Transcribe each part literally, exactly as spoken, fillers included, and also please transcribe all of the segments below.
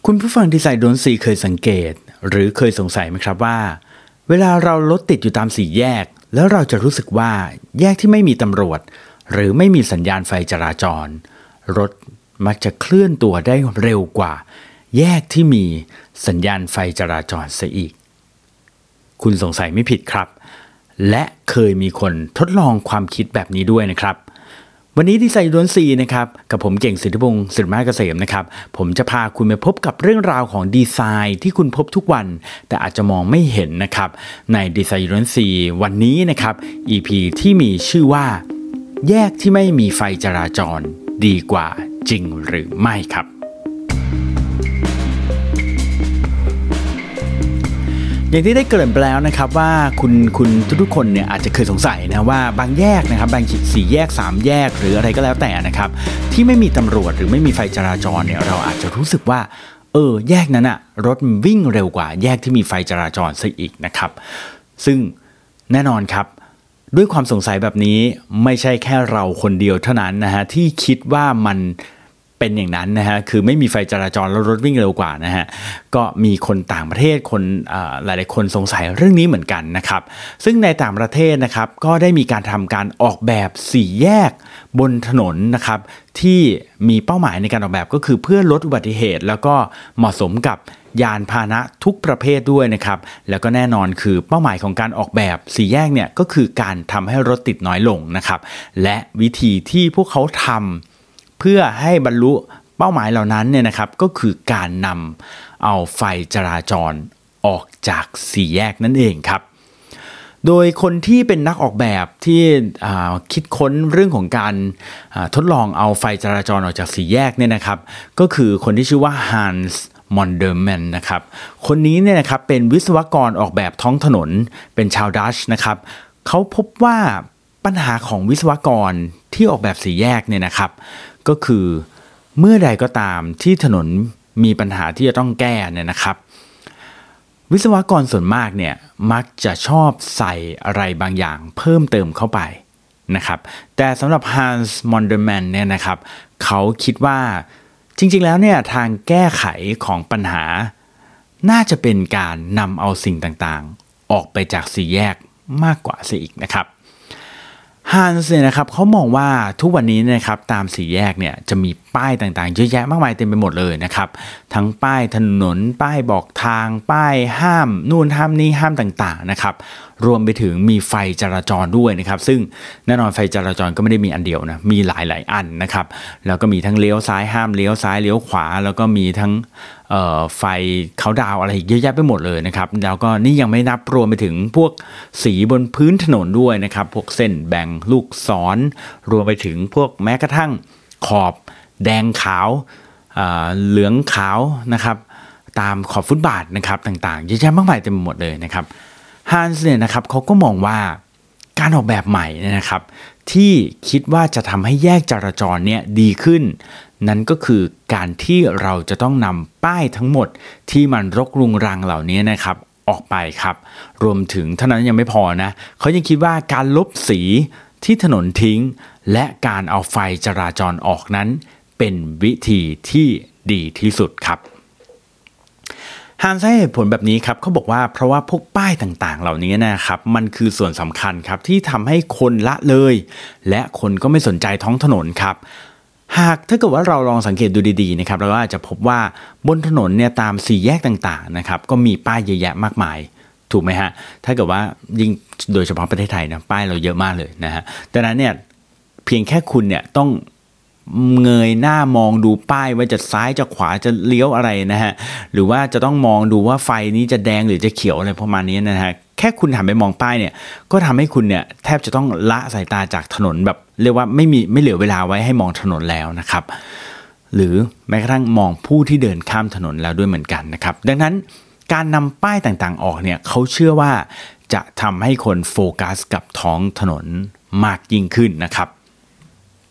คุณผู้ฟังที่ใส่โดนสีเคยสังเกตหรือเคยสงสัยไหมครับว่าเวลาเรารถติดอยู่ตามสี่แยกแล้วเราจะรู้สึกว่าแยกที่ไม่มีตำรวจหรือไม่มีสัญญาณไฟจราจรรถมักจะเคลื่อนตัวได้เร็วกว่าแยกที่มีสัญญาณไฟจราจรซะอีกคุณสงสัยไม่ผิดครับและเคยมีคนทดลองความคิดแบบนี้ด้วยนะครับวันนี้ดีไซน์ล้วนซีนะครับกับผมเก่งสิทธิพงศ์สิริมาเกษมนะครับผมจะพาคุณไปพบกับเรื่องราวของดีไซน์ที่คุณพบทุกวันแต่อาจจะมองไม่เห็นนะครับในดีไซน์ล้วนซีวันนี้นะครับ อี พี ที่มีชื่อว่าแยกที่ไม่มีไฟจราจรดีกว่าจริงหรือไม่ครับอย่างที่ได้เกริ่นไปแล้วนะครับว่าคุณคุณทุกๆคนเนี่ยอาจจะเคยสงสัยนะว่าบางแยกนะครับบางสี่แยกสามแยกหรืออะไรก็แล้วแต่นะครับที่ไม่มีตำรวจหรือไม่มีไฟจราจรเนี่ยเราอาจจะรู้สึกว่าเออแยกนั้นอะรถวิ่งเร็วกว่าแยกที่มีไฟจราจรซะอีกนะครับซึ่งแน่นอนครับด้วยความสงสัยแบบนี้ไม่ใช่แค่เราคนเดียวเท่านั้นนะฮะที่คิดว่ามันเป็นอย่างนั้นนะฮะคือไม่มีไฟจราจรแล้วรถวิ่งเร็วกว่านะฮะก็มีคนต่างประเทศคนหลายๆคนสงสัยเรื่องนี้เหมือนกันนะครับซึ่งในต่างประเทศนะครับก็ได้มีการทำการออกแบบสี่แยกบนถนนนะครับที่มีเป้าหมายในการออกแบบก็คือเพื่อลดอุบัติเหตุแล้วก็เหมาะสมกับยานพาหนะทุกประเภทด้วยนะครับแล้วก็แน่นอนคือเป้าหมายของการออกแบบสี่แยกเนี่ยก็คือการทำให้รถติดน้อยลงนะครับและวิธีที่พวกเขาทำเพื่อให้บรรลุเป้าหมายเหล่านั้นเนี่ยนะครับก็คือการนำเอาไฟจราจรออกจากสี่แยกนั่นเองครับโดยคนที่เป็นนักออกแบบที่คิดค้นเรื่องของการทดลองเอาไฟจราจรออกจากสี่แยกเนี่ยนะครับก็คือคนที่ชื่อว่าฮันส์มอนเดอร์แมนนะครับคนนี้เนี่ยนะครับเป็นวิศวกรออกแบบท้องถนนเป็นชาวดัชนะครับเขาพบว่าปัญหาของวิศวกรที่ออกแบบสี่แยกเนี่ยนะครับก็คือเมื่อใดก็ตามที่ถนนมีปัญหาที่จะต้องแก้เนี่ยนะครับวิศวกรส่วนมากเนี่ยมักจะชอบใส่อะไรบางอย่างเพิ่มเติมเข้าไปนะครับแต่สำหรับ Hans Monderman เนี่ยนะครับเขาคิดว่าจริงๆแล้วเนี่ยทางแก้ไขของปัญหาน่าจะเป็นการนำเอาสิ่งต่างๆออกไปจากสี่แยกมากกว่าสิอีกนะครับฮันส์เนี่ยนะครับเขามองว่าทุกวันนี้นะครับตามสี่แยกเนี่ยจะมีป้ายต่างๆเยอะแยะมากมายเต็มไปหมดเลยนะครับทั้งป้ายถนนป้ายบอกทางป้ายห้ามนู่นห้ามนี่ห้ามต่างๆนะครับรวมไปถึงมีไฟจราจรด้วยนะครับซึ่งแน่นอนไฟจราจรก็ไม่ได้มีอันเดียวนะมีหลายๆอันนะครับแล้วก็มีทั้งเลี้ยวซ้ายห้ามเลี้ยวซ้ายเลี้ยวขวาแล้วก็มีทั้งเอ่อไฟเขาดาวอะไรเยอะแยะไปหมดเลยนะครับแล้วก็นี่ยังไม่นับรวมไปถึงพวกสีบนพื้นถนนด้วยนะครับพวกเส้นแบ่งลูกศรรวมไปถึงพวกแม้กระทั่งขอบแดงขาวเอ่อเหลืองขาวนะครับตามขอบฟุตบาทนะครับต่างๆเยอะแยะมากมายเต็มไปหมดเลยนะครับฮันส์เนี่ยนะครับเขาก็มองว่าการออกแบบใหม่นะครับที่คิดว่าจะทำให้แยกจราจรเนี่ยดีขึ้นนั่นก็คือการที่เราจะต้องนำป้ายทั้งหมดที่มันรกรุงรังเหล่านี้นะครับออกไปครับรวมถึงเท่านั้นยังไม่พอนะเขายังคิดว่าการลบสีที่ถนนทิ้งและการเอาไฟจราจรออกนั้นเป็นวิธีที่ดีที่สุดครับฮันส์ให้เหตุผลแบบนี้ครับเขาบอกว่าเพราะว่าพวกป้ายต่างๆเหล่านี้นะครับมันคือส่วนสำคัญครับที่ทำให้คนละเลยและคนก็ไม่สนใจท้องถนนครับหากถ้าเกิดว่าเราลองสังเกตดูดีๆนะครับเราก็อาจจะพบว่าบนถนนเนี่ยตามสี่แยกต่างๆนะครับก็มีป้ายเยอะแยะมากมายถูกไหมฮะถ้าเกิดว่ายิ่งโดยเฉพาะประเทศไทยนะป้ายเราเยอะมากเลยนะฮะดังนั้นเนี่ยเพียงแค่คุณเนี่ยต้องเงยหน้ามองดูป้ายว่าจะซ้ายจะขวาจะเลี้ยวอะไรนะฮะหรือว่าจะต้องมองดูว่าไฟนี้จะแดงหรือจะเขียวอะไรประมาณนี้นะฮะแค่คุณหันไปมองป้ายเนี่ยก็ทำให้คุณเนี่ยแทบจะต้องละสายตาจากถนนแบบเรียกว่าไม่มีไม่เหลือเวลาไว้ให้มองถนนแล้วนะครับหรือแม้กระทั่งมองผู้ที่เดินข้ามถนนแล้วด้วยเหมือนกันนะครับดังนั้นการนำป้ายต่างๆออกเนี่ยเขาเชื่อว่าจะทำให้คนโฟกัสกับท้องถนนมากยิ่งขึ้นนะครับ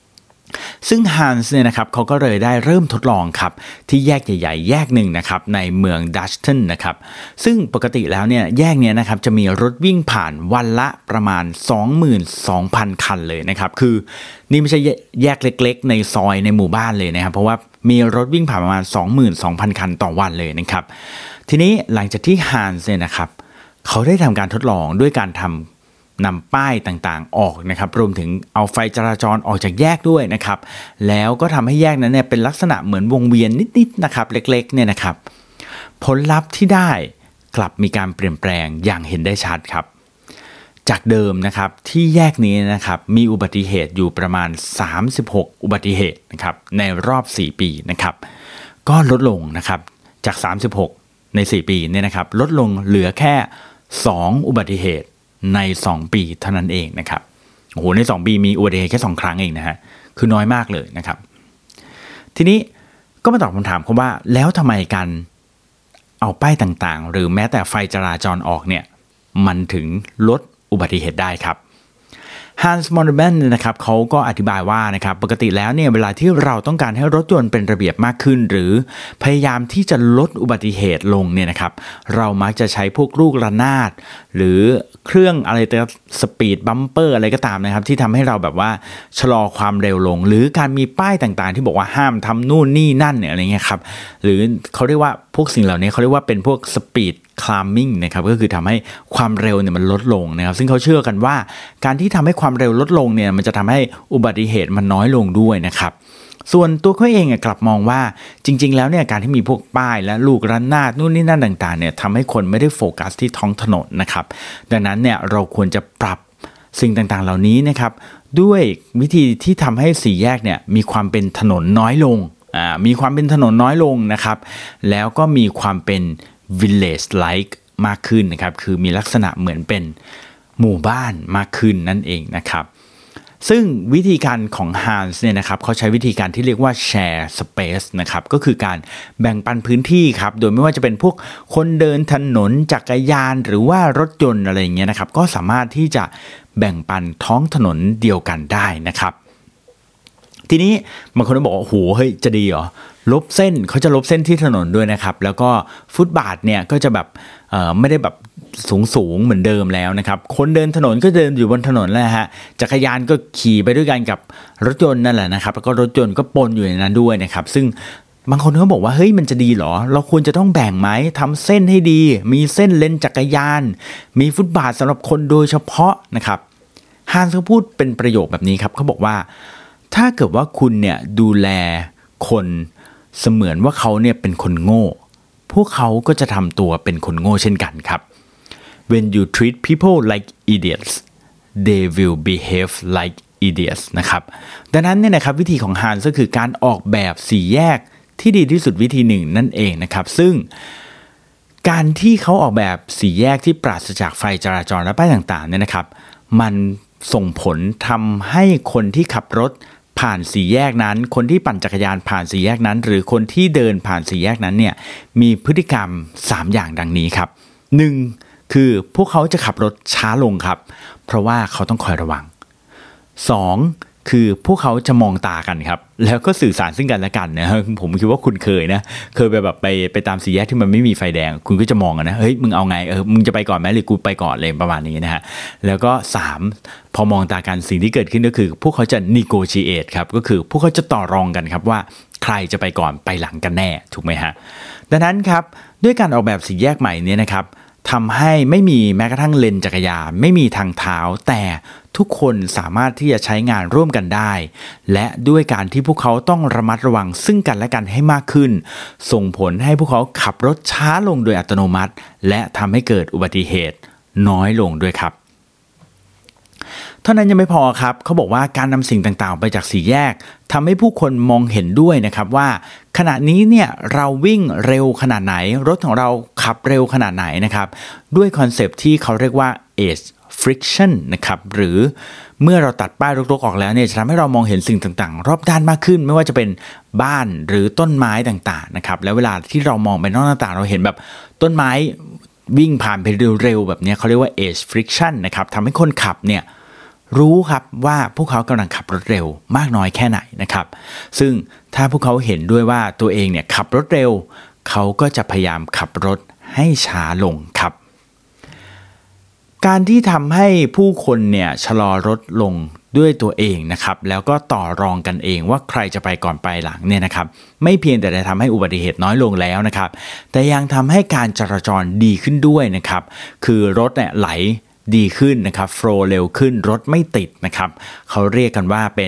ซึ่งฮันส์เนี่ยนะครับเขาก็เลยได้เริ่มทดลองครับที่แยกใหญ่ๆแยกหนึ่งนะครับในเมืองดัชตันนะครับซึ่งปกติแล้วเนี่ยแยกเนี้ยนะครับจะมีรถวิ่งผ่านวันละประมาณ สองหมื่นสองพัน คันเลยนะครับคือนี่ไม่ใช่แยกเล็กๆในซอยในหมู่บ้านเลยนะครับเพราะว่ามีรถวิ่งผ่านประมาณ สองหมื่นสองพัน คันต่อวันเลยนะครับทีนี้หลังจากที่ฮันส์เนี่ยนะครับเขาได้ทำการทดลองด้วยการทำนำป้ายต่างๆออกนะครับรวมถึงเอาไฟจราจรออกจากแยกด้วยนะครับแล้วก็ทำให้แยกนั้นเนี่ยเป็นลักษณะเหมือนวงเวียนนิดๆนะครับเล็กๆเนี่ยนะครับผลลัพธ์ที่ได้กลับมีการเปลี่ยนแปลงอย่างเห็นได้ชัดครับจากเดิมนะครับที่แยกนี้นะครับมีอุบัติเหตุอยู่ประมาณสามสิบหกอุบัติเหตุนะครับในรอบสี่ปีนะครับก็ลดลงนะครับจากสามสิบหกในสี่ปีเนี่ยนะครับลดลงเหลือแค่สองอุบัติเหตุในสองปีเท่านั้นเองนะครับโอ้โหในสองปีมีอุบัติเหตุแค่สองครั้งเองนะฮะคือน้อยมากเลยนะครับทีนี้ก็มาตอบคำถามเขาว่าแล้วทำไมการเอาป้ายต่างๆหรือแม้แต่ไฟจราจรออกเนี่ยมันถึงลดอุบัติเหตุได้ครับฮันส์มอนเบนนะครับเขาก็อธิบายว่านะครับปกติแล้วเนี่ยเวลาที่เราต้องการให้รถยนต์เป็นระเบียบมากขึ้นหรือพยายามที่จะลดอุบัติเหตุลงเนี่ยนะครับเรามักจะใช้พวกลูกระนาดหรือเครื่องอะไรแต่สปีดบัมเปอร์อะไรก็ตามนะครับที่ทำให้เราแบบว่าชะลอความเร็วลงหรือการมีป้ายต่างๆที่บอกว่าห้ามทำนู่นนี่นั่นเนี่ยอะไรเงี้ยครับหรือเขาเรียกว่าพวกสิ่งเหล่านี้เขาเรียกว่าเป็นพวกสปีดคลามมิ่งนะครับก็คือทำให้ความเร็วเนี่ยมันลดลงนะครับซึ่งเขาเชื่อกันว่าการที่ทำให้ความเร็วลดลงเนี่ยมันจะทำให้อุบัติเหตุมันน้อยลงด้วยนะครับส่วนตัวเขาเองกลับมองว่าจริงๆแล้วเนี่ยการที่มีพวกป้ายและลูกระนาดนู่นนี่นั่นต่างๆเนี่ยทำให้คนไม่ได้โฟกัสที่ท้องถนนนะครับดังนั้นเนี่ยเราควรจะปรับสิ่งต่างๆเหล่านี้นะครับด้วยวิธีที่ทำให้สี่แยกเนี่ยมีความเป็นถนนน้อยลงอ่ามีความเป็นถนนน้อยลงนะครับแล้วก็มีความเป็น village like มากขึ้นนะครับคือมีลักษณะเหมือนเป็นหมู่บ้านมากขึ้นนั่นเองนะครับซึ่งวิธีการของ Hans เนี่ยนะครับเขาใช้วิธีการที่เรียกว่า share space นะครับก็คือการแบ่งปันพื้นที่ครับโดยไม่ว่าจะเป็นพวกคนเดินถนนจักรยานหรือว่ารถยนต์อะไรอย่างเงี้ยนะครับก็สามารถที่จะแบ่งปันท้องถนนเดียวกันได้นะครับทีนี้บางคนก็บอกว่าโอ้โหเฮ้ยจะดีเหรอลบเส้นเขาจะลบเส้นที่ถนนด้วยนะครับแล้วก็ฟุตบาทเนี่ยก็จะแบบเอ่อไม่ได้แบบสูงสูงเหมือนเดิมแล้วนะครับคนเดินถนนก็เดินอยู่บนถนนแล้วฮะจักรยานก็ขี่ไปด้วยกันกับรถยนต์นั่นแหละนะครับแล้วก็รถยนต์ก็ปนอยู่ในนั้นด้วยนะครับซึ่งบางคนเขาบอกว่าเฮ้ยมันจะดีเหรอเราควรจะต้องแบ่งไหมทำเส้นให้ดีมีเส้นเลนจักรยานมีฟุตบาทสำหรับคนโดยเฉพาะนะครับฮันส์เขาพูดเป็นประโยคแบบนี้ครับเขาบอกว่าถ้าเกิดว่าคุณเนี่ยดูแลคนเสมือนว่าเขาเนี่ยเป็นคนโง่พวกเขาก็จะทำตัวเป็นคนโง่เช่นกันครับ When you treat people like idiots they will behave like idiots นะครับดังนั้นเนี่ยนะครับวิธีของฮันส์ก็คือการออกแบบสี่แยกที่ดีที่สุดวิธีหนึ่งนั่นเองนะครับซึ่งการที่เขาออกแบบสี่แยกที่ปราศจากไฟจราจรและป้ายต่างๆเนี่ยนะครับมันส่งผลทำให้คนที่ขับรถผ่านสี่แยกนั้นคนที่ปั่นจักรยานผ่านสี่แยกนั้นหรือคนที่เดินผ่านสี่แยกนั้นเนี่ยมีพฤติกรรมสามอย่างดังนี้ครับหนึ่งคือพวกเขาจะขับรถช้าลงครับเพราะว่าเขาต้องคอยระวังสองคือพวกเขาจะมองตากันครับแล้วก็สื่อสารซึ่งกันและกันนะผมคิดว่าคุณเคยนะเคยไปแบบไปไปตามสี่แยกที่มันไม่มีไฟแดงคุณก็จะมองกันนะเฮ้ยมึงเอาไงเออมึงจะไปก่อนไหมหรือกูไปก่อนเลยประมาณนี้นะฮะแล้วก็สามพอมองตากันสิ่งที่เกิดขึ้นก็คือพวกเขาจะ negotiate ครับก็คือพวกเขาจะต่อรองกันครับว่าใครจะไปก่อนไปหลังกันแน่ถูกไหมฮะดังนั้นครับด้วยการออกแบบสี่แยกใหม่นี้นะครับทำให้ไม่มีแม้กระทั่งเลนจักรยานไม่มีทางเท้าแต่ทุกคนสามารถที่จะใช้งานร่วมกันได้และด้วยการที่พวกเขาต้องระมัดระวังซึ่งกันและกันให้มากขึ้นส่งผลให้พวกเขาขับรถช้าลงโดยอัตโนมัติและทำให้เกิดอุบัติเหตุน้อยลงด้วยครับเท่านั้นยังไม่พอครับเขาบอกว่าการนำสิ่งต่างๆไปจากสี่แยกทำให้ผู้คนมองเห็นด้วยนะครับว่าขณะนี้เนี่ยเราวิ่งเร็วขนาดไหนรถของเราขับเร็วขนาดไหนนะครับด้วยคอนเซปต์ที่เขาเรียกว่า edge friction นะครับหรือเมื่อเราตัดป้ายรกๆออกแล้วเนี่ยจะทำให้เรามองเห็นสิ่งต่างๆรอบด้านมากขึ้นไม่ว่าจะเป็นบ้านหรือต้นไม้ต่างๆนะครับแล้วเวลาที่เรามองไปนอกหน้าต่างเราเห็นแบบต้นไม้วิ่งผ่านไปเร็วๆแบบนี้เขาเรียกว่า edge friction นะครับทำให้คนขับเนี่ยรู้ครับว่าพวกเขากำลังขับรถเร็วมากน้อยแค่ไหนนะครับซึ่งถ้าพวกเขาเห็นด้วยว่าตัวเองเนี่ยขับรถเร็วเขาก็จะพยายามขับรถให้ช้าลงครับการที่ทำให้ผู้คนเนี่ยชะลอรถลงด้วยตัวเองนะครับแล้วก็ต่อรองกันเองว่าใครจะไปก่อนไปหลังเนี่ยนะครับไม่เพียงแต่จะทำให้อุบัติเหตุน้อยลงแล้วนะครับแต่ยังทำให้การจราจรดีขึ้นด้วยนะครับคือรถเนี่ยไหลดีขึ้นนะครับโฟล์เร็วขึ้นรถไม่ติดนะครับเขาเรียกกันว่าเป็น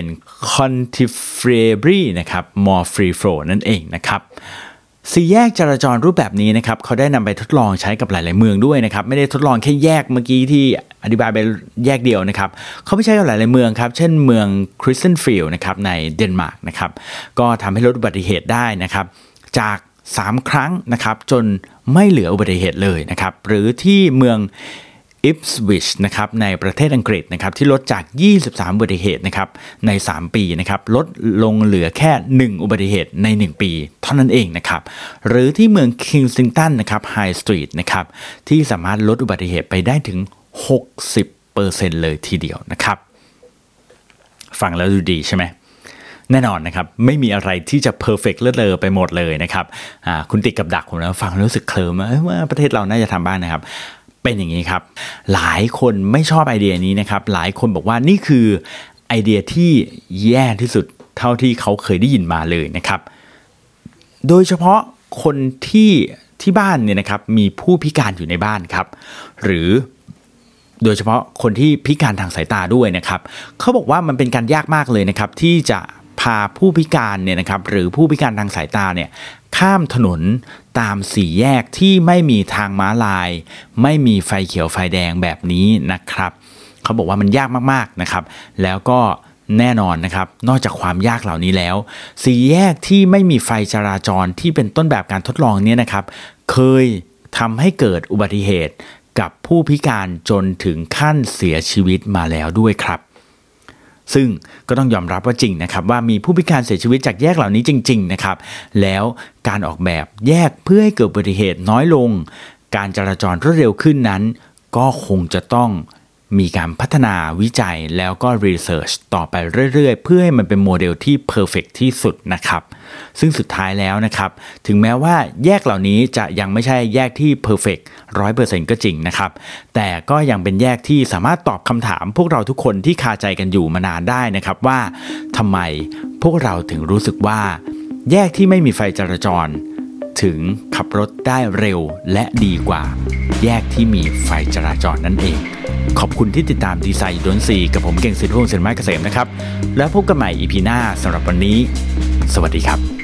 contemporary นะครับ more free flow นั่นเองนะครับสี่แยกจราจรรูปแบบนี้นะครับเขาได้นำไปทดลองใช้กับหลายๆเมืองด้วยนะครับไม่ได้ทดลองแค่แยกเมื่อกี้ที่อธิบายไปแยกเดียวนะครับเขาไปใช้กับหลายๆเมืองครับเช่นเมืองคริสเตนฟิลด์นะครับในเดนมาร์กนะครับก็ทำให้ลดอุบัติเหตุได้นะครับจากสามครั้งนะครับจนไม่เหลืออุบัติเหตุเลยนะครับหรือที่เมืองอิปสวิชนะครับในประเทศอังกฤษนะครับที่ลดจากยี่สิบสามอุบัติเหตุนะครับในสามปีนะครับลดลงเหลือแค่หนึ่งอุบัติเหตุในหนึ่งปีเท่านั้นเองนะครับหรือที่เมืองคิงสติงตันนะครับไฮสตรีทนะครับที่สามารถลดอุบัติเหตุไปได้ถึง หกสิบเปอร์เซ็นต์ เลยทีเดียวนะครับฟังแล้วดูดีใช่ไหมแน่นอนนะครับไม่มีอะไรที่จะเพอร์เฟกต์เลิศเลอไปหมดเลยนะครับคุณติดกับดักผมแล้วฟังรู้สึกเคลิ้มว่าประเทศเราน่าจะทำบ้างนะครับเป็นอย่างนี้ครับหลายคนไม่ชอบไอเดียนี้นะครับหลายคนบอกว่านี่คือไอเดียที่แย่ที่สุดเท่าที่เขาเคยได้ยินมาเลยนะครับโดยเฉพาะคนที่ที่บ้านเนี่ยนะครับมีผู้พิการอยู่ในบ้านครับหรือโดยเฉพาะคนที่พิการทางสายตาด้วยนะครับเขาบอกว่ามันเป็นการยากมากเลยนะครับที่จะพาผู้พิการเนี่ยนะครับหรือผู้พิการทางสายตาเนี่ยข้ามถนนตามสี่แยกที่ไม่มีทางม้าลายไม่มีไฟเขียวไฟแดงแบบนี้นะครับเขาบอกว่ามันยากมากๆนะครับแล้วก็แน่นอนนะครับนอกจากความยากเหล่านี้แล้วสี่แยกที่ไม่มีไฟจราจรที่เป็นต้นแบบการทดลองนี้นะครับเคยทำให้เกิดอุบัติเหตุกับผู้พิการจนถึงขั้นเสียชีวิตมาแล้วด้วยครับซึ่งก็ต้องยอมรับว่าจริงนะครับว่ามีผู้พิการเสียชีวิตจากแยกเหล่านี้จริงๆนะครับแล้วการออกแบบแยกเพื่อให้เกิดอุบัติเหตุน้อยลงการจราจรรวดเร็วขึ้นนั้นก็คงจะต้องมีการพัฒนาวิจัยแล้วก็รีเสิร์ชต่อไปเรื่อยๆเพื่อให้มันเป็นโมเดลที่เพอร์เฟกต์ที่สุดนะครับซึ่งสุดท้ายแล้วนะครับถึงแม้ว่าแยกเหล่านี้จะยังไม่ใช่แยกที่เพอร์เฟกต์ ร้อยเปอร์เซ็นต์ ก็จริงนะครับแต่ก็ยังเป็นแยกที่สามารถตอบคำถามพวกเราทุกคนที่คาใจกันอยู่มานานได้นะครับว่าทำไมพวกเราถึงรู้สึกว่าแยกที่ไม่มีไฟจราจรถึงขับรถได้เร็วและดีกว่าแยกที่มีไฟจราจรนั่นเองขอบคุณที่ติดตามดีไซน์ดนซีกับผมเก่งสิทธิพงษ์เสนไม้เกษมนะครับแล้วพบกันใหม่ อี พี หน้าสำหรับวันนี้สวัสดีครับ